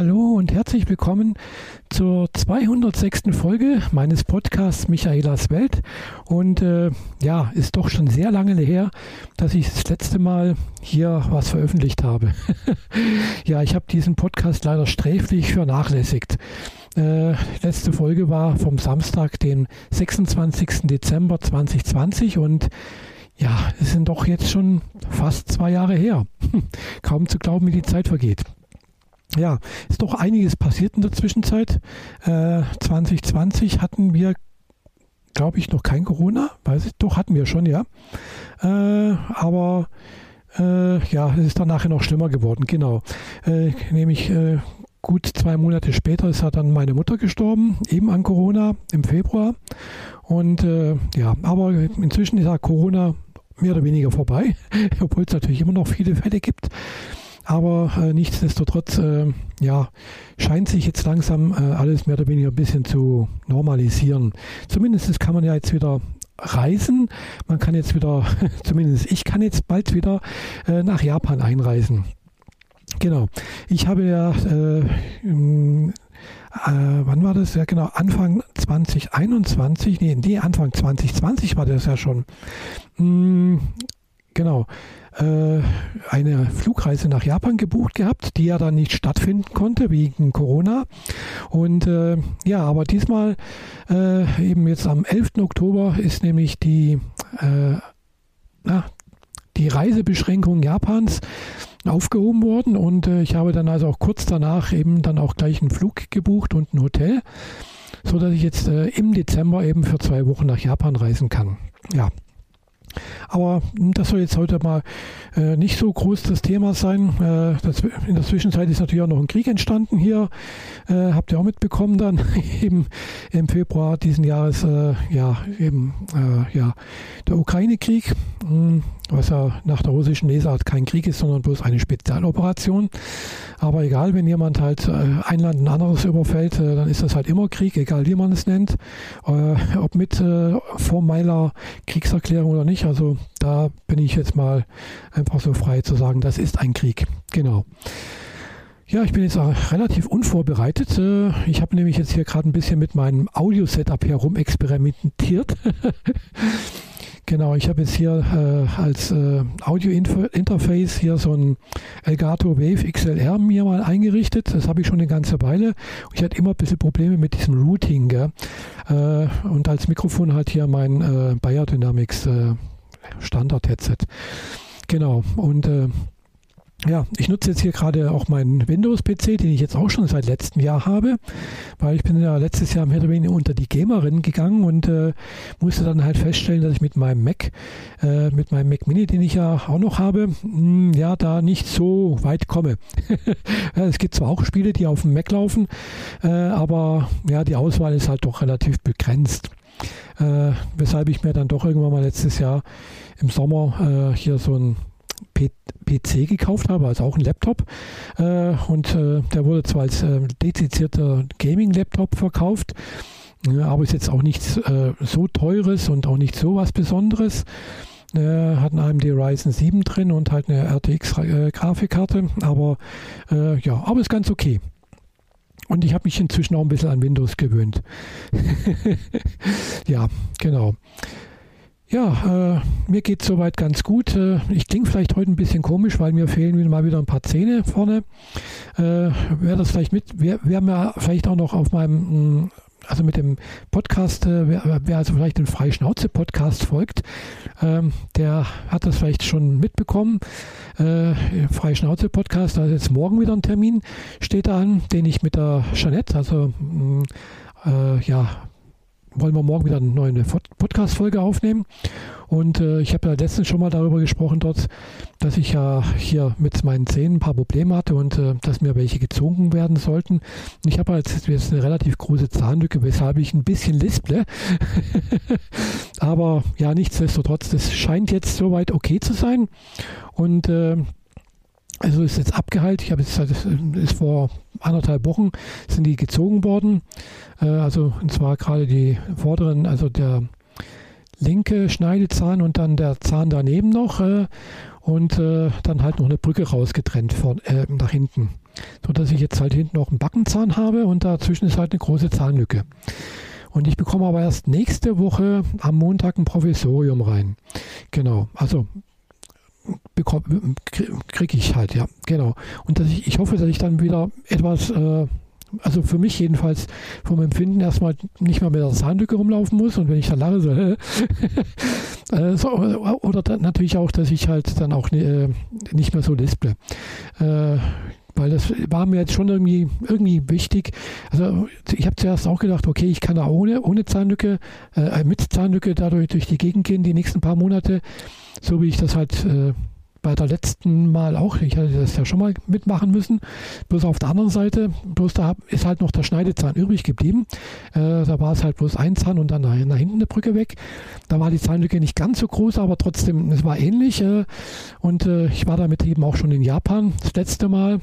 Hallo und herzlich willkommen zur 206. Folge meines Podcasts Michaelas Welt. Und ist doch schon sehr lange her, dass ich das letzte Mal hier was veröffentlicht habe. Ja, ich habe diesen Podcast leider sträflich vernachlässigt. Letzte Folge war vom Samstag, den 26. Dezember 2020 und ja, es sind doch jetzt schon fast 2 Jahre her. Kaum zu glauben, wie die Zeit vergeht. Ja, ist doch einiges passiert in der Zwischenzeit. 2020 hatten wir, glaube ich, noch kein Corona. Doch, hatten wir schon, ja. Aber es ist dann nachher noch schlimmer geworden, genau. Nämlich gut 2 Monate später ist dann meine Mutter gestorben, eben an Corona im Februar. Und aber inzwischen ist ja Corona mehr oder weniger vorbei, obwohl es natürlich immer noch viele Fälle gibt. Aber nichtsdestotrotz scheint sich jetzt langsam alles mehr oder weniger ein bisschen zu normalisieren. Zumindest kann man ja jetzt wieder reisen. Man kann jetzt wieder, zumindest ich kann jetzt bald wieder nach Japan einreisen. Genau. Ich habe ja, wann war das? Ja genau, Anfang 2021, Anfang 2020 war das ja schon. Genau. Eine Flugreise nach Japan gebucht gehabt, die ja dann nicht stattfinden konnte wegen Corona. Und aber diesmal eben jetzt am 11. Oktober ist nämlich die Reisebeschränkung Japans aufgehoben worden und ich habe dann also auch kurz danach eben dann auch gleich einen Flug gebucht und ein Hotel, so dass ich jetzt im Dezember eben für 2 Wochen nach Japan reisen kann. Ja. Aber das soll jetzt heute mal nicht so groß das Thema sein. In der Zwischenzeit ist natürlich auch noch ein Krieg entstanden hier. Habt ihr auch mitbekommen dann eben im Februar diesen Jahres, der Ukraine-Krieg, was ja nach der russischen Lesart kein Krieg ist, sondern bloß eine Spezialoperation. Aber egal, wenn jemand halt ein Land ein anderes überfällt, dann ist das halt immer Krieg, egal wie man es nennt. Ob mit formeller Kriegserklärung oder nicht. Also da bin ich jetzt mal einfach so frei zu sagen, das ist ein Krieg. Genau. Ja, ich bin jetzt auch relativ unvorbereitet. Ich habe nämlich jetzt hier gerade ein bisschen mit meinem Audio-Setup herum experimentiert. Genau, ich habe jetzt hier als Audio-Interface hier so ein Elgato Wave XLR mir mal eingerichtet. Das habe ich schon eine ganze Weile. Ich hatte immer ein bisschen Probleme mit diesem Routing. Gell? Und als Mikrofon halt hier mein Beyerdynamics Standard-Headset. Genau, und ich nutze jetzt hier gerade auch meinen Windows-PC, den ich jetzt auch schon seit letztem Jahr habe, weil ich bin ja letztes Jahr mehr oder weniger unter die Gamerinnen gegangen und musste dann halt feststellen, dass ich mit meinem Mac Mini, den ich ja auch noch habe, da nicht so weit komme. Ja, es gibt zwar auch Spiele, die auf dem Mac laufen, aber ja, die Auswahl ist halt doch relativ begrenzt. Weshalb ich mir dann doch irgendwann mal letztes Jahr im Sommer hier so ein PC gekauft habe, also auch ein Laptop. Und der wurde zwar als dezidierter Gaming-Laptop verkauft, aber ist jetzt auch nichts so teures und auch nicht so was Besonderes. Hat eine AMD Ryzen 7 drin und halt eine RTX-Grafikkarte, aber ist ganz okay. Und ich habe mich inzwischen auch ein bisschen an Windows gewöhnt. Ja, genau. Ja, mir geht es soweit ganz gut. Ich klinge vielleicht heute ein bisschen komisch, weil mir fehlen mal wieder ein paar Zähne vorne. Wer das vielleicht wer mir vielleicht auch noch auf meinem, also mit dem Podcast, wer also vielleicht den Freischnauze-Podcast folgt, der hat das vielleicht schon mitbekommen. Freischnauze-Podcast, da ist jetzt morgen wieder ein Termin, steht da an, den ich mit der Jeanette, also wollen wir morgen wieder eine neue Podcast-Folge aufnehmen. Und ich habe ja letztens schon mal darüber gesprochen dort, dass ich ja hier mit meinen Zähnen ein paar Probleme hatte und dass mir welche gezogen werden sollten. Und ich habe jetzt eine relativ große Zahnlücke, weshalb ich ein bisschen lisple. Aber ja, nichtsdestotrotz, das scheint jetzt soweit okay zu sein. Und also ist jetzt abgeheilt. Ich habe jetzt ist vor 1,5 Wochen sind die gezogen worden. Und zwar gerade die vorderen, also der linke Schneidezahn und dann der Zahn daneben noch. und dann halt noch eine Brücke rausgetrennt nach hinten, sodass ich jetzt halt hinten noch einen Backenzahn habe und dazwischen ist halt eine große Zahnlücke. Und ich bekomme aber erst nächste Woche am Montag ein Provisorium rein. Genau, also kriege ich halt, ja, genau. Und ich hoffe, dass ich dann wieder etwas, also für mich jedenfalls vom Empfinden erstmal nicht mehr mit der Zahnlücke rumlaufen muss und wenn ich dann lache, so, oder dann natürlich auch, dass ich halt dann auch nicht mehr so lisple. Weil das war mir jetzt schon irgendwie wichtig. Also ich habe zuerst auch gedacht, okay, ich kann da ohne Zahnlücke, mit Zahnlücke dadurch durch die Gegend gehen die nächsten paar Monate, so wie ich das halt bei der letzten Mal auch, ich hatte das ja schon mal mitmachen müssen, bloß auf der anderen Seite, bloß da ist halt noch der Schneidezahn übrig geblieben. Da war es halt bloß ein Zahn und dann nach hinten eine Brücke weg. Da war die Zahnlücke nicht ganz so groß, aber trotzdem, es war ähnlich. Und ich war damit eben auch schon in Japan das letzte Mal,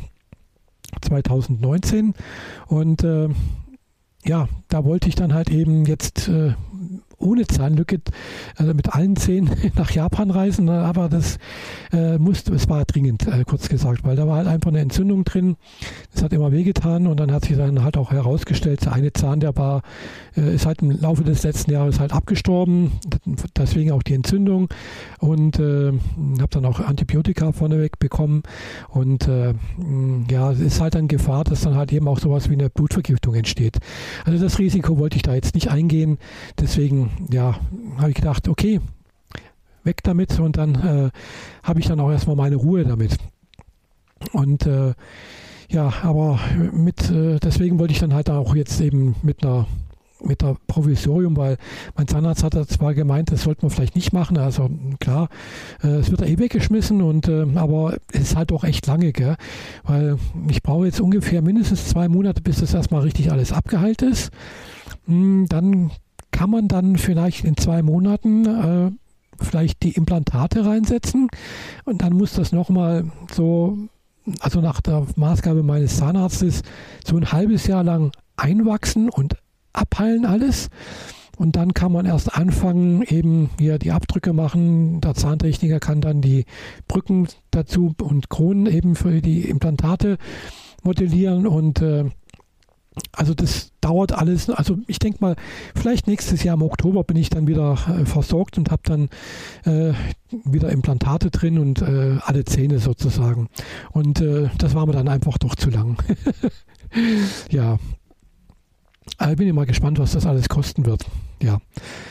2019. Und ja, da wollte ich dann halt eben jetzt ohne Zahnlücke, also mit allen Zähnen nach Japan reisen, aber es war dringend, kurz gesagt, weil da war halt einfach eine Entzündung drin, das hat immer wehgetan und dann hat sich dann halt auch herausgestellt, der eine Zahn, der ist halt im Laufe des letzten Jahres halt abgestorben, deswegen auch die Entzündung und habe dann auch Antibiotika vorneweg bekommen und ja, es ist halt dann Gefahr, dass dann halt eben auch sowas wie eine Blutvergiftung entsteht. Also das Risiko wollte ich da jetzt nicht eingehen, deswegen ja, habe ich gedacht, okay, weg damit und dann habe ich dann auch erstmal meine Ruhe damit. Und ja, aber deswegen wollte ich dann halt auch jetzt eben mit der Provisorium, weil mein Zahnarzt hat zwar gemeint, das sollte man vielleicht nicht machen, also klar, es wird ja eh weggeschmissen aber es ist halt doch echt lange, gell? Weil ich brauche jetzt ungefähr mindestens 2 Monate, bis das erstmal richtig alles abgeheilt ist. Dann kann man dann vielleicht in 2 Monaten vielleicht die Implantate reinsetzen und dann muss das nochmal so, also nach der Maßgabe meines Zahnarztes, so ein halbes Jahr lang einwachsen und abheilen alles. Und dann kann man erst anfangen, eben hier die Abdrücke machen. Der Zahntechniker kann dann die Brücken dazu und Kronen eben für die Implantate modellieren und also das dauert alles, also ich denke mal, vielleicht nächstes Jahr im Oktober bin ich dann wieder versorgt und habe dann wieder Implantate drin und alle Zähne sozusagen. Und das war mir dann einfach doch zu lang. Ja, ich bin immer gespannt, was das alles kosten wird. Ja,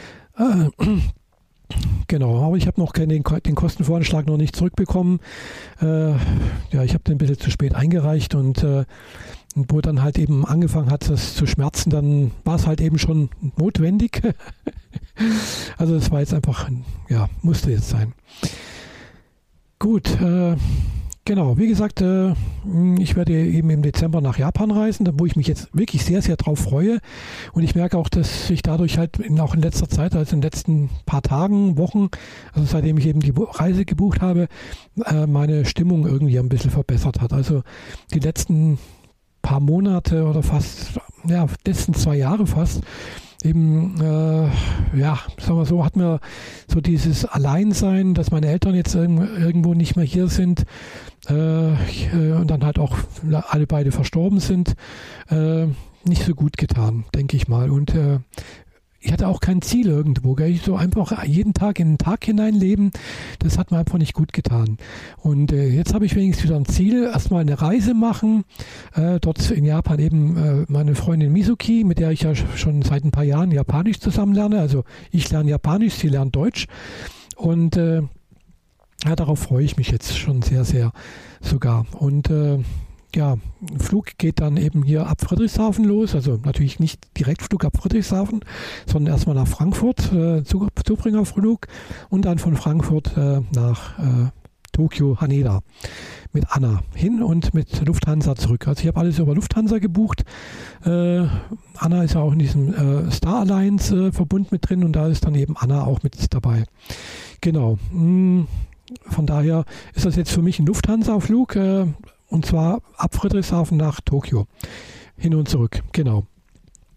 genau, aber ich habe noch den Kostenvoranschlag noch nicht zurückbekommen. Ja, ich habe den ein bisschen zu spät eingereicht und wo dann halt eben angefangen hat, das zu schmerzen, dann war es halt eben schon notwendig. Also es war jetzt einfach, ja, musste jetzt sein. Gut, genau, wie gesagt, ich werde eben im Dezember nach Japan reisen, wo ich mich jetzt wirklich sehr, sehr drauf freue. Und ich merke auch, dass sich dadurch halt auch in letzter Zeit, also in den letzten paar Tagen, Wochen, also seitdem ich eben die Reise gebucht habe, meine Stimmung irgendwie ein bisschen verbessert hat. Also die letzten paar Monate oder fast, ja, letzten 2 Jahre fast, eben, ja, sagen wir so, hat mir so dieses Alleinsein, dass meine Eltern jetzt irgendwo nicht mehr hier sind und dann halt auch alle beide verstorben sind, nicht so gut getan, denke ich mal. Und ich hatte auch kein Ziel irgendwo, gell? Ich so einfach jeden Tag in den Tag hineinleben, das hat mir einfach nicht gut getan. Und jetzt habe ich wenigstens wieder ein Ziel, erstmal eine Reise machen, dort in Japan eben meine Freundin Mizuki, mit der ich ja schon seit ein paar Jahren Japanisch zusammen lerne, also ich lerne Japanisch, sie lernt Deutsch und ja, darauf freue ich mich jetzt schon sehr, sehr sogar. Und ja, ein Flug geht dann eben hier ab Friedrichshafen los, also natürlich nicht Direktflug ab Friedrichshafen, sondern erstmal nach Frankfurt, Zubringerflug und dann von Frankfurt nach Tokio, Haneda mit Anna hin und mit Lufthansa zurück. Also ich habe alles über Lufthansa gebucht. Anna ist ja auch in diesem Star Alliance Verbund mit drin und da ist dann eben Anna auch mit dabei. Genau. Von daher ist das jetzt für mich ein Lufthansa-Flug, und zwar ab Friedrichshafen nach Tokio. Hin und zurück, genau.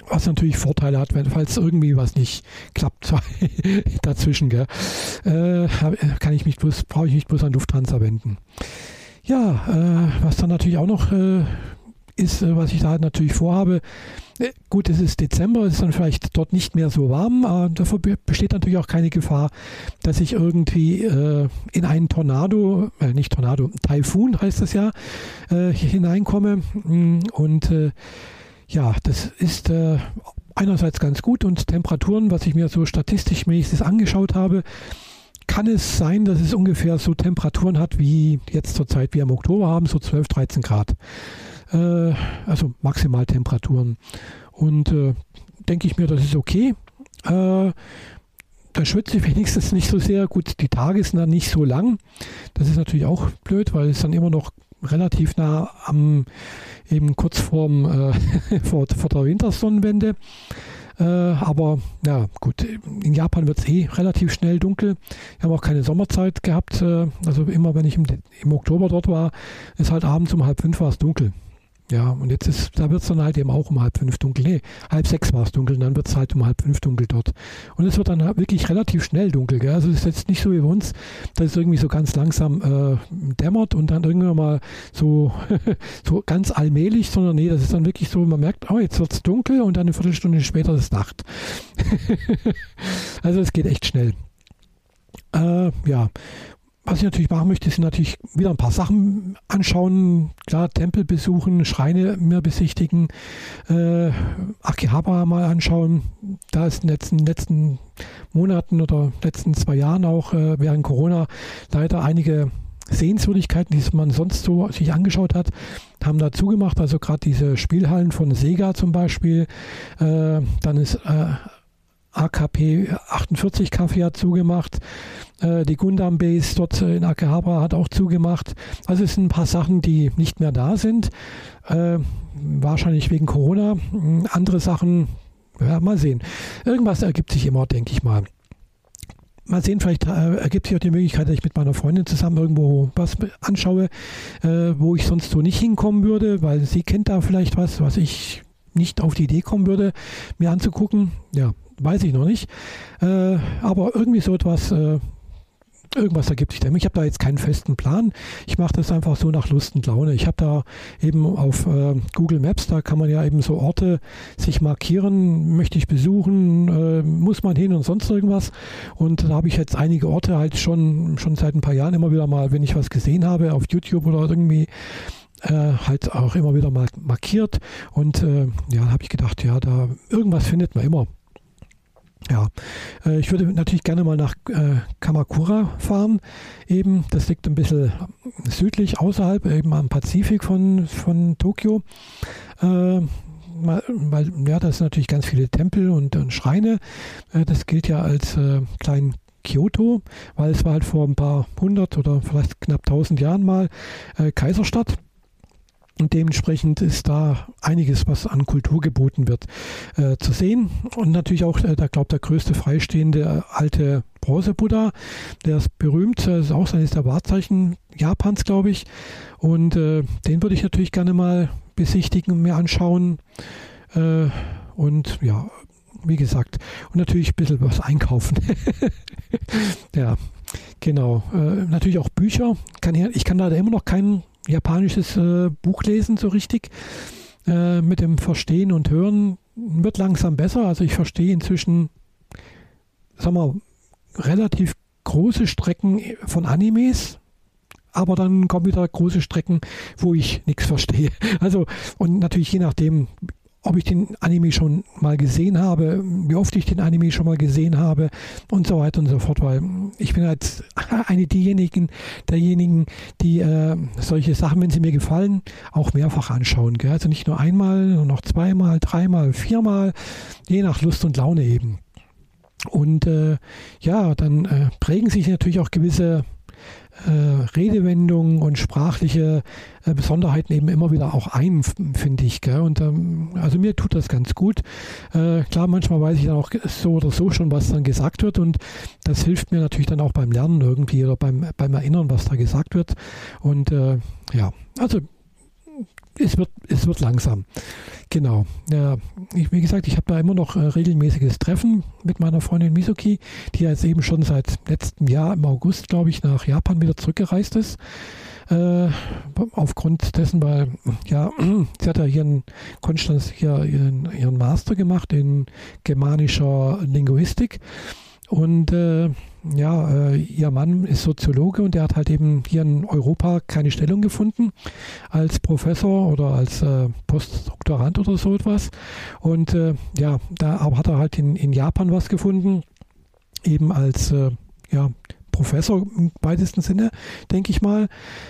Was natürlich Vorteile hat, falls irgendwie was nicht klappt dazwischen, gell, brauche ich mich bloß an Lufthansa wenden. Ja, was dann natürlich auch noch ist, was ich da halt natürlich vorhabe. Gut, es ist Dezember, es ist dann vielleicht dort nicht mehr so warm, dafür besteht natürlich auch keine Gefahr, dass ich irgendwie in einen Taifun heißt das ja, hineinkomme. Und ja, das ist einerseits ganz gut, und Temperaturen, was ich mir so statistisch mäßig angeschaut habe, kann es sein, dass es ungefähr so Temperaturen hat, wie jetzt zur Zeit wir im Oktober haben, so 12, 13 Grad. Also Maximaltemperaturen. Und denke ich mir, das ist okay. Da schwitze ich wenigstens nicht so sehr. Gut, die Tage sind dann nicht so lang. Das ist natürlich auch blöd, weil es dann immer noch relativ nah eben kurz vor der Wintersonnenwende. Aber ja, gut, in Japan wird es relativ schnell dunkel. Wir haben auch keine Sommerzeit gehabt. Also immer, wenn ich im Oktober dort war, ist halt abends um 4:30 war es dunkel. Ja, und da wird es dann halt eben auch um 5:30 dunkel. Nee, 5:30 war es dunkel, und dann wird es halt um 5:30 dunkel dort. Und es wird dann halt wirklich relativ schnell dunkel, gell? Also es ist jetzt nicht so wie bei uns, dass es irgendwie so ganz langsam dämmert und dann irgendwann mal so, so ganz allmählich, sondern nee, das ist dann wirklich so, man merkt, oh, jetzt wird es dunkel, und dann eine Viertelstunde später ist Nacht. Also es geht echt schnell. Ja. Was ich natürlich machen möchte, sind natürlich wieder ein paar Sachen anschauen. Klar, Tempel besuchen, Schreine mehr besichtigen, Akihabara mal anschauen. Da ist in den letzten Monaten oder letzten 2 Jahren auch während Corona leider einige Sehenswürdigkeiten, die man sonst so sich angeschaut hat, haben da zugemacht. Also gerade diese Spielhallen von Sega zum Beispiel. Dann ist AKP 48 Café hat zugemacht. Die Gundam Base dort in Akihabara hat auch zugemacht. Also es sind ein paar Sachen, die nicht mehr da sind. Wahrscheinlich wegen Corona. Andere Sachen, ja, mal sehen. Irgendwas ergibt sich immer, denke ich mal. Mal sehen, vielleicht ergibt sich auch die Möglichkeit, dass ich mit meiner Freundin zusammen irgendwo was anschaue, wo ich sonst so nicht hinkommen würde, weil sie kennt da vielleicht was ich nicht auf die Idee kommen würde, mir anzugucken. Ja, weiß ich noch nicht. Aber irgendwie so etwas, irgendwas ergibt sich da. Ich habe da jetzt keinen festen Plan. Ich mache das einfach so nach Lust und Laune. Ich habe da eben auf Google Maps, da kann man ja eben so Orte sich markieren, möchte ich besuchen, muss man hin und sonst irgendwas. Und da habe ich jetzt einige Orte halt schon seit ein paar Jahren immer wieder mal, wenn ich was gesehen habe auf YouTube oder irgendwie, halt auch immer wieder mal markiert. Und ja, habe ich gedacht, ja, da irgendwas findet man immer. Ja, ich würde natürlich gerne mal nach Kamakura fahren. Eben, das liegt ein bisschen südlich außerhalb, eben am Pazifik von Tokio. Weil ja, da sind natürlich ganz viele Tempel und Schreine. Das gilt ja als klein Kyoto, weil es war halt vor ein paar 100 oder vielleicht knapp 1000 Jahren mal Kaiserstadt. Und dementsprechend ist da einiges, was an Kultur geboten wird, zu sehen. Und natürlich auch, der größte freistehende alte Bronze-Buddha, der ist berühmt, das ist auch eines der Wahrzeichen Japans, glaube ich. Und den würde ich natürlich gerne mal besichtigen und mir anschauen. Und ja, wie gesagt, und natürlich ein bisschen was einkaufen. Ja, genau. Natürlich auch Bücher. Ich kann leider immer noch kein japanisches Buch lesen, so richtig. Mit dem Verstehen und Hören wird langsam besser. Also ich verstehe inzwischen, sagen wir, relativ große Strecken von Animes, aber dann kommen wieder große Strecken, wo ich nichts verstehe. Also, und natürlich je nachdem, ob ich den Anime schon mal gesehen habe, wie oft ich den Anime schon mal gesehen habe und so weiter und so fort, weil ich bin halt derjenigen, die solche Sachen, wenn sie mir gefallen, auch mehrfach anschauen. Gell? Also nicht nur einmal, sondern noch zweimal, dreimal, viermal, je nach Lust und Laune eben. Und ja, dann prägen sich natürlich auch gewisse Redewendungen und sprachliche Besonderheiten eben immer wieder auch ein, finde ich. Gell? Und also mir tut das ganz gut. Klar, manchmal weiß ich dann auch so oder so schon, was dann gesagt wird, und das hilft mir natürlich dann auch beim Lernen irgendwie oder beim Erinnern, was da gesagt wird. Und ja, also es wird langsam. Genau. Ja, wie gesagt, ich habe da immer noch regelmäßiges Treffen mit meiner Freundin Mizuki, die jetzt eben schon seit letztem Jahr im August, glaube ich, nach Japan wieder zurückgereist ist. Aufgrund dessen, weil ja, sie hat ja hier in Konstanz ihren Master gemacht in germanischer Linguistik. Und ihr Mann ist Soziologe und der hat halt eben hier in Europa keine Stellung gefunden als Professor oder als Postdoktorand oder so etwas. Und da aber hat er halt in Japan was gefunden, eben als Professor im weitesten Sinne, denke ich mal,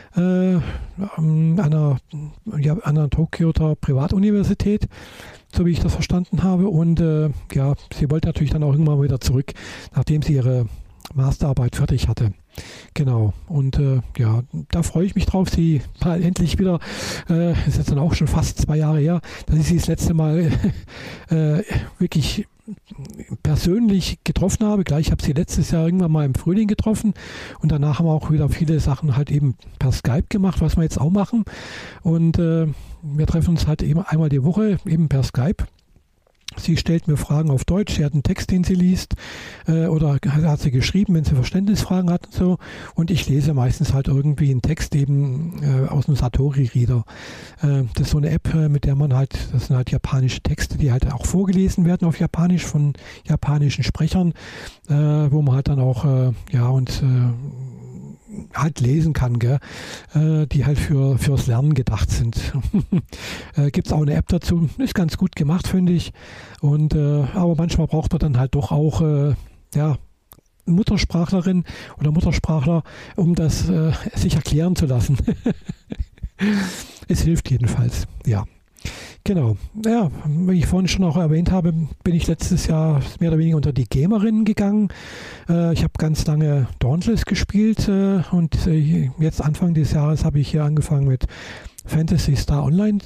an einer Tokioter Privatuniversität, so wie ich das verstanden habe. Und sie wollte natürlich dann auch irgendwann wieder zurück, nachdem sie ihre Masterarbeit fertig hatte. Genau. Und da freue ich mich drauf, sie mal endlich wieder, ist jetzt dann auch schon fast 2 Jahre her, dass ich sie das letzte Mal wirklich persönlich getroffen habe. Gleich habe ich sie letztes Jahr irgendwann mal im Frühling getroffen und danach haben wir auch wieder viele Sachen halt eben per Skype gemacht, was wir jetzt auch machen. Und wir treffen uns halt eben einmal die Woche eben per Skype. Sie stellt mir Fragen auf Deutsch, sie hat einen Text, den sie liest, oder hat sie geschrieben, wenn sie Verständnisfragen hat und so. Und ich lese meistens halt irgendwie einen Text eben aus einem Satori-Reader. Das ist so eine App, mit der man halt, das sind halt japanische Texte, die halt auch vorgelesen werden auf Japanisch von japanischen Sprechern, wo man halt dann auch, halt lesen kann, gell? Die halt fürs Lernen gedacht sind. Gibt es auch eine App dazu, ist ganz gut gemacht, finde ich. Und aber manchmal braucht man dann halt doch auch Muttersprachlerin oder Muttersprachler, um das sich erklären zu lassen. Es hilft jedenfalls, ja. Genau. Ja, wie ich vorhin schon auch erwähnt habe, bin ich letztes Jahr mehr oder weniger unter die Gamerinnen gegangen. Ich habe ganz lange Dauntless gespielt und jetzt Anfang des Jahres habe ich hier angefangen mit Phantasy Star Online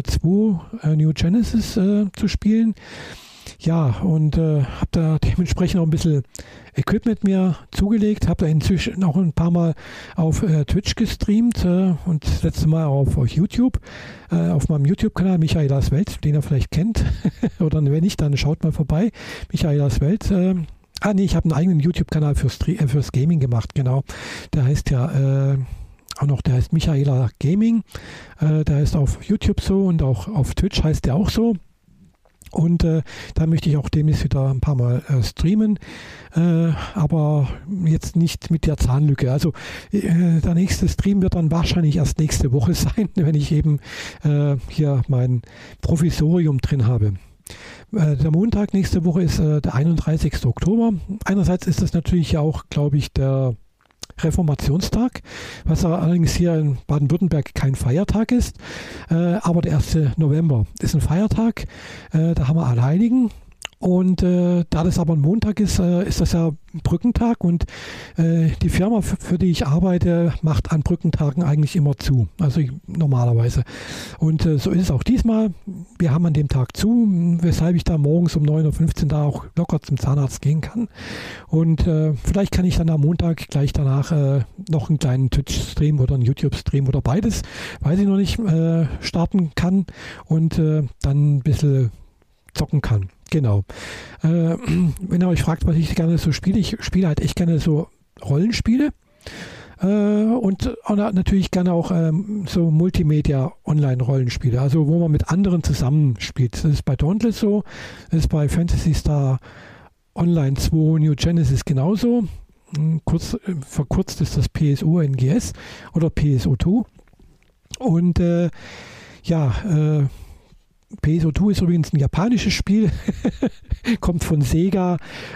2 New Genesis zu spielen. Ja, und habe da dementsprechend auch ein bisschen Equipment mir zugelegt, habe da inzwischen auch ein paar Mal auf Twitch gestreamt und das letzte Mal auch auf YouTube, auf meinem YouTube-Kanal Michaelas Welt, den ihr vielleicht kennt, oder wenn nicht, dann schaut mal vorbei, Michaelas Welt. Ich habe einen eigenen YouTube-Kanal fürs Gaming gemacht, genau, der heißt ja der heißt Michaela Gaming, der heißt auf YouTube so und auch auf Twitch heißt der auch so. Und da möchte ich auch demnächst wieder ein paar Mal streamen, aber jetzt nicht mit der Zahnlücke. Also der nächste Stream wird dann wahrscheinlich erst nächste Woche sein, wenn ich eben hier mein Provisorium drin habe. Der Montag nächste Woche ist der 31. Oktober. Einerseits ist das natürlich auch, glaube ich, der Reformationstag, was allerdings hier in Baden-Württemberg kein Feiertag ist, aber der 1. November ist ein Feiertag, da haben wir Allerheiligen. Und da das aber ein Montag ist, ist das ja Brückentag und die Firma, für die ich arbeite, macht an Brückentagen eigentlich immer zu, also normalerweise. Und so ist es auch diesmal. Wir haben an dem Tag zu, weshalb ich da morgens um 9.15 Uhr da auch locker zum Zahnarzt gehen kann. Und vielleicht kann ich dann am Montag gleich danach noch einen kleinen Twitch-Stream oder einen YouTube-Stream oder beides, weiß ich noch nicht, starten kann und dann ein bisschen zocken kann. Genau. Wenn ihr euch fragt, was ich gerne so spiele, ich spiele halt echt gerne so Rollenspiele und natürlich gerne auch so Multimedia-Online-Rollenspiele, also wo man mit anderen zusammenspielt. Das ist bei Dauntless so, das ist bei Phantasy Star Online 2 New Genesis genauso. Verkürzt ist das PSO-NGS oder PSO2. Und PSO2 ist übrigens ein japanisches Spiel, kommt von Sega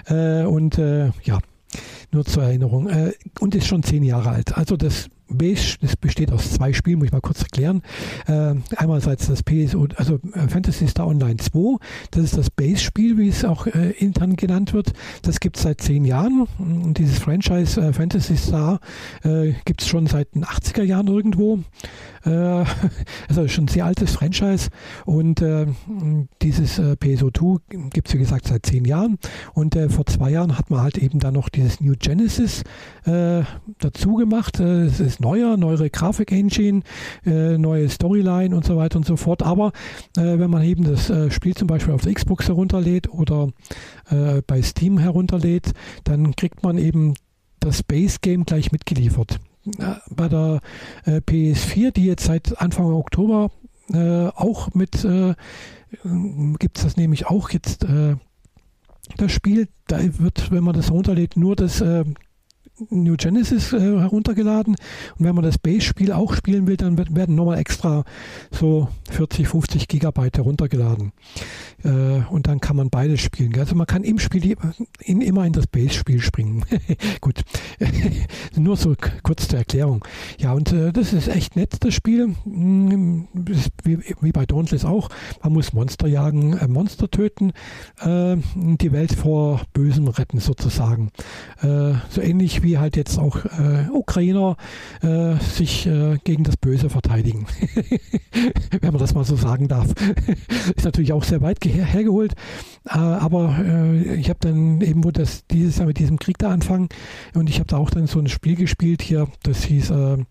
nur zur Erinnerung und ist schon 10 Jahre alt. Also das Base, das besteht aus 2 Spielen, muss ich mal kurz erklären. Einerseits das PSO, also Phantasy Star Online 2, das ist das Base-Spiel, wie es auch intern genannt wird. Das gibt es seit 10 Jahren. Und dieses Franchise Phantasy Star gibt es schon seit den 80er Jahren irgendwo. Also schon ein sehr altes Franchise und dieses PSO2 gibt es wie gesagt seit 10 Jahren und vor 2 Jahren hat man halt eben dann noch dieses New Genesis dazu gemacht. Es ist neuere Grafik-Engine, neue Storyline und so weiter und so fort. Aber wenn man eben das Spiel zum Beispiel auf der Xbox herunterlädt oder bei Steam herunterlädt, dann kriegt man eben das Base-Game gleich mitgeliefert. Bei der PS4, die jetzt seit Anfang Oktober auch mit, gibt es das nämlich auch jetzt das Spiel, da wird, wenn man das runterlädt, nur das New Genesis heruntergeladen, und wenn man das Base-Spiel auch spielen will, dann werden nochmal extra so 40, 50 Gigabyte heruntergeladen. Und dann kann man beides spielen. Also man kann im Spiel immer in das Base-Spiel springen. Gut, nur so kurz zur Erklärung. Ja, und das ist echt nett, das Spiel. Wie bei Dauntless auch. Man muss Monster jagen, Monster töten, die Welt vor Bösem retten sozusagen. So ähnlich wie halt jetzt auch Ukrainer sich gegen das Böse verteidigen. Wenn man das mal so sagen darf. Ist natürlich auch sehr weit hergeholt, aber ich habe dann eben, dieses Jahr mit diesem Krieg da anfangen, und ich habe da auch dann so ein Spiel gespielt hier, das hieß,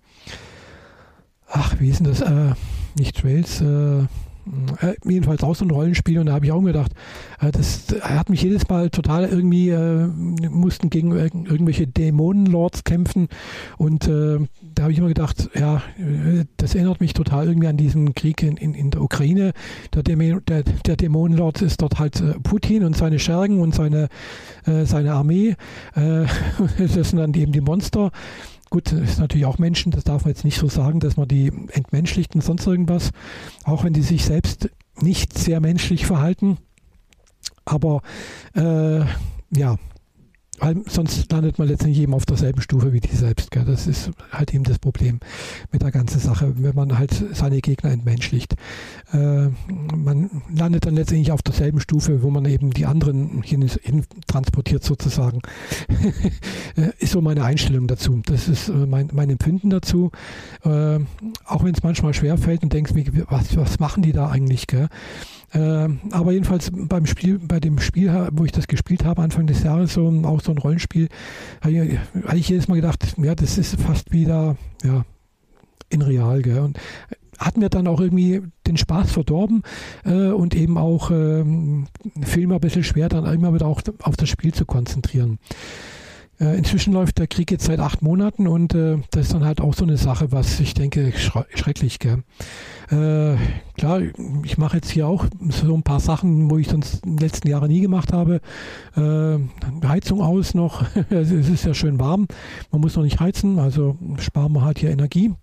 wie hieß denn das, nicht Trails, jedenfalls auch so ein Rollenspiel, und da habe ich auch gedacht, das hat mich jedes Mal total irgendwie, mussten gegen irgendwelche Dämonenlords kämpfen, und da habe ich immer gedacht, ja, das erinnert mich total irgendwie an diesen Krieg in der Ukraine. Der Dämonenlord ist dort halt Putin und seine Schergen und seine Armee. Das sind dann eben die Monster. Gut, das ist natürlich auch Menschen, das darf man jetzt nicht so sagen, dass man die entmenschlicht und sonst irgendwas, auch wenn die sich selbst nicht sehr menschlich verhalten. Aber ja, weil sonst landet man letztendlich eben auf derselben Stufe wie die selbst. Gell? Das ist halt eben das Problem mit der ganzen Sache, wenn man halt seine Gegner entmenschlicht. Man landet dann letztendlich auf derselben Stufe, wo man eben die anderen hin transportiert sozusagen. Ist so meine Einstellung dazu. Das ist mein Empfinden dazu. Auch wenn es manchmal schwerfällt und denkst, was machen die da eigentlich? Gell? Aber jedenfalls bei dem Spiel, wo ich das gespielt habe, Anfang des Jahres, auch so ein Rollenspiel, habe ich jedes Mal gedacht, ja, das ist fast wieder in real. Gell? Und hat mir dann auch irgendwie den Spaß verdorben und eben auch fiel mir ein bisschen schwer, dann immer wieder auch auf das Spiel zu konzentrieren. Inzwischen läuft der Krieg jetzt seit 8 Monaten, und das ist dann halt auch so eine Sache, was ich denke, schrecklich. Gell? Klar, ich mache jetzt hier auch so ein paar Sachen, wo ich sonst in den letzten Jahren nie gemacht habe. Heizung aus noch, es ist ja schön warm, man muss noch nicht heizen, also sparen wir halt hier Energie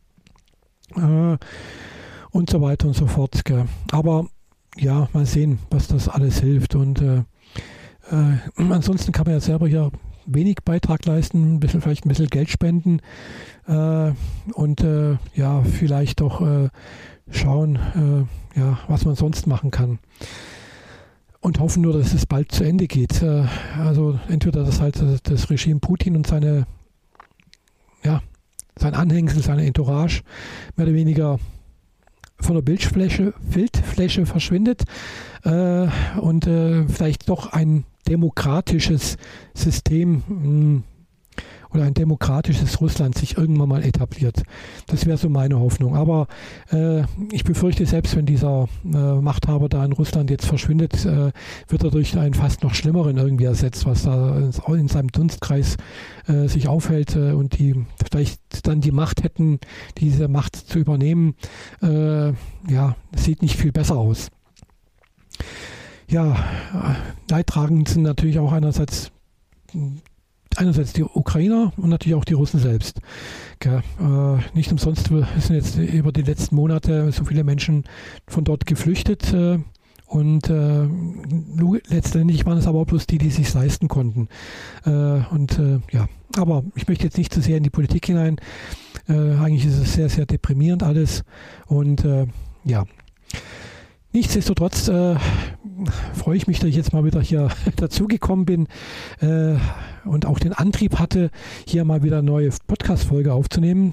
und so weiter und so fort. Gell? Aber ja, mal sehen, was das alles hilft, und ansonsten kann man ja selber hier wenig Beitrag leisten, vielleicht ein bisschen Geld spenden und ja, vielleicht doch schauen, was man sonst machen kann. Und hoffen nur, dass es bald zu Ende geht. Also entweder das halt das Regime Putin und sein Anhängsel, seine Entourage mehr oder weniger von der Bildfläche verschwindet und vielleicht doch ein demokratisches System oder ein demokratisches Russland sich irgendwann mal etabliert. Das wäre so meine Hoffnung. Aber ich befürchte, selbst wenn dieser Machthaber da in Russland jetzt verschwindet, wird er durch einen fast noch schlimmeren irgendwie ersetzt, was da in seinem Dunstkreis sich aufhält und die vielleicht dann die Macht hätten, diese Macht zu übernehmen. Sieht nicht viel besser aus. Ja, leidtragend sind natürlich auch einerseits die Ukrainer und natürlich auch die Russen selbst. Nicht umsonst sind jetzt über die letzten Monate so viele Menschen von dort geflüchtet und letztendlich waren es aber auch bloß die es sich leisten konnten. Aber ich möchte jetzt nicht zu sehr in die Politik hinein. Eigentlich ist es sehr, sehr deprimierend alles und nichtsdestotrotz freue ich mich, dass ich jetzt mal wieder hier dazugekommen bin und auch den Antrieb hatte, hier mal wieder eine neue Podcast-Folge aufzunehmen.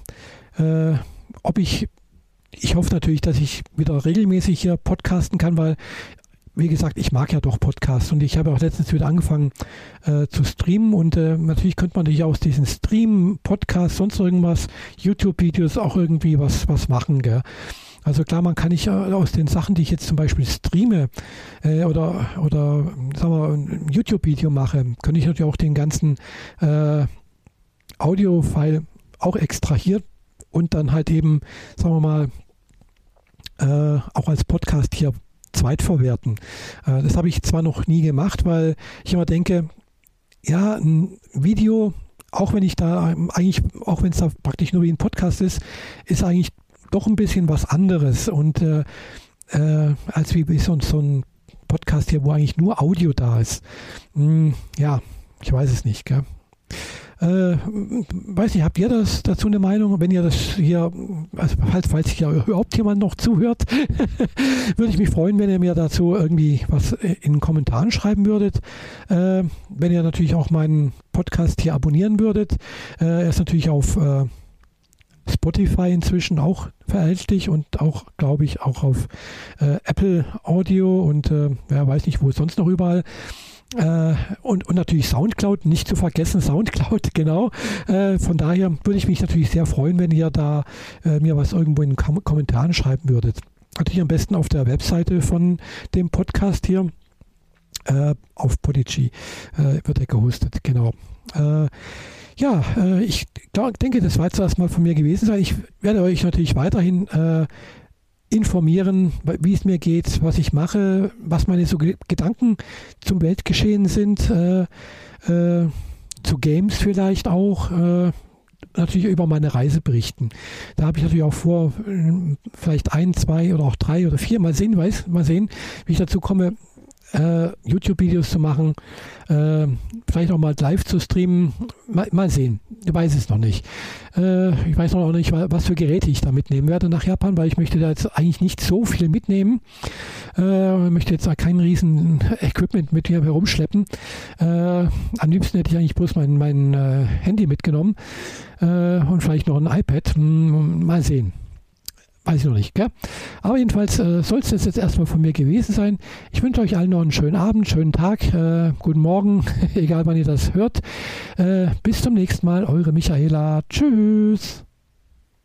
Ich hoffe natürlich, dass ich wieder regelmäßig hier podcasten kann, weil wie gesagt, ich mag ja doch Podcasts und ich habe auch letztens wieder angefangen zu streamen und natürlich könnte man natürlich aus diesen Stream, Podcasts, sonst irgendwas, YouTube-Videos auch irgendwie was machen, gell? Also klar, man kann nicht aus den Sachen, die ich jetzt zum Beispiel streame oder sagen wir ein YouTube-Video mache, könnte ich natürlich auch den ganzen Audio-File auch extrahieren und dann halt eben, sagen wir mal, auch als Podcast hier zweitverwerten. Das habe ich zwar noch nie gemacht, weil ich immer denke, ja, ein Video, auch wenn ich da eigentlich, auch wenn es da praktisch nur wie ein Podcast ist eigentlich doch ein bisschen was anderes und als wie so ein Podcast hier, wo eigentlich nur Audio da ist. Ja, ich weiß es nicht, gell? Weiß nicht, habt ihr dazu eine Meinung? Wenn ihr das hier, also falls hier überhaupt jemand noch zuhört, würde ich mich freuen, wenn ihr mir dazu irgendwie was in den Kommentaren schreiben würdet. Wenn ihr natürlich auch meinen Podcast hier abonnieren würdet. Er ist natürlich auf Spotify inzwischen auch erhältlich und auch, glaube ich, auch auf Apple Audio und wer weiß nicht, wo sonst noch überall. Und natürlich Soundcloud, nicht zu vergessen, Soundcloud, genau. Von daher würde ich mich natürlich sehr freuen, wenn ihr da mir was irgendwo in den Kommentaren schreiben würdet. Natürlich am besten auf der Webseite von dem Podcast hier, auf Podigy wird er gehostet, genau. Ich denke, das war jetzt erstmal von mir gewesen sein. Ich werde euch natürlich weiterhin informieren, wie es mir geht, was ich mache, was meine so Gedanken zum Weltgeschehen sind, zu Games vielleicht auch, natürlich über meine Reise berichten. Da habe ich natürlich auch vor, vielleicht 1, 2 oder auch 3 oder 4, mal sehen, wie ich dazu komme, YouTube-Videos zu machen, vielleicht auch mal live zu streamen, mal sehen, ich weiß es noch nicht. Ich weiß noch nicht, was für Geräte ich da mitnehmen werde nach Japan, weil ich möchte da jetzt eigentlich nicht so viel mitnehmen. Ich möchte jetzt da kein riesen Equipment mit mir herumschleppen. Am liebsten hätte ich eigentlich bloß mein Handy mitgenommen und vielleicht noch ein iPad. Mal sehen. Weiß ich noch nicht, gell? Aber jedenfalls soll es das jetzt erstmal von mir gewesen sein. Ich wünsche euch allen noch einen schönen Abend, schönen Tag, guten Morgen, egal wann ihr das hört. Bis zum nächsten Mal, eure Michaela. Tschüss.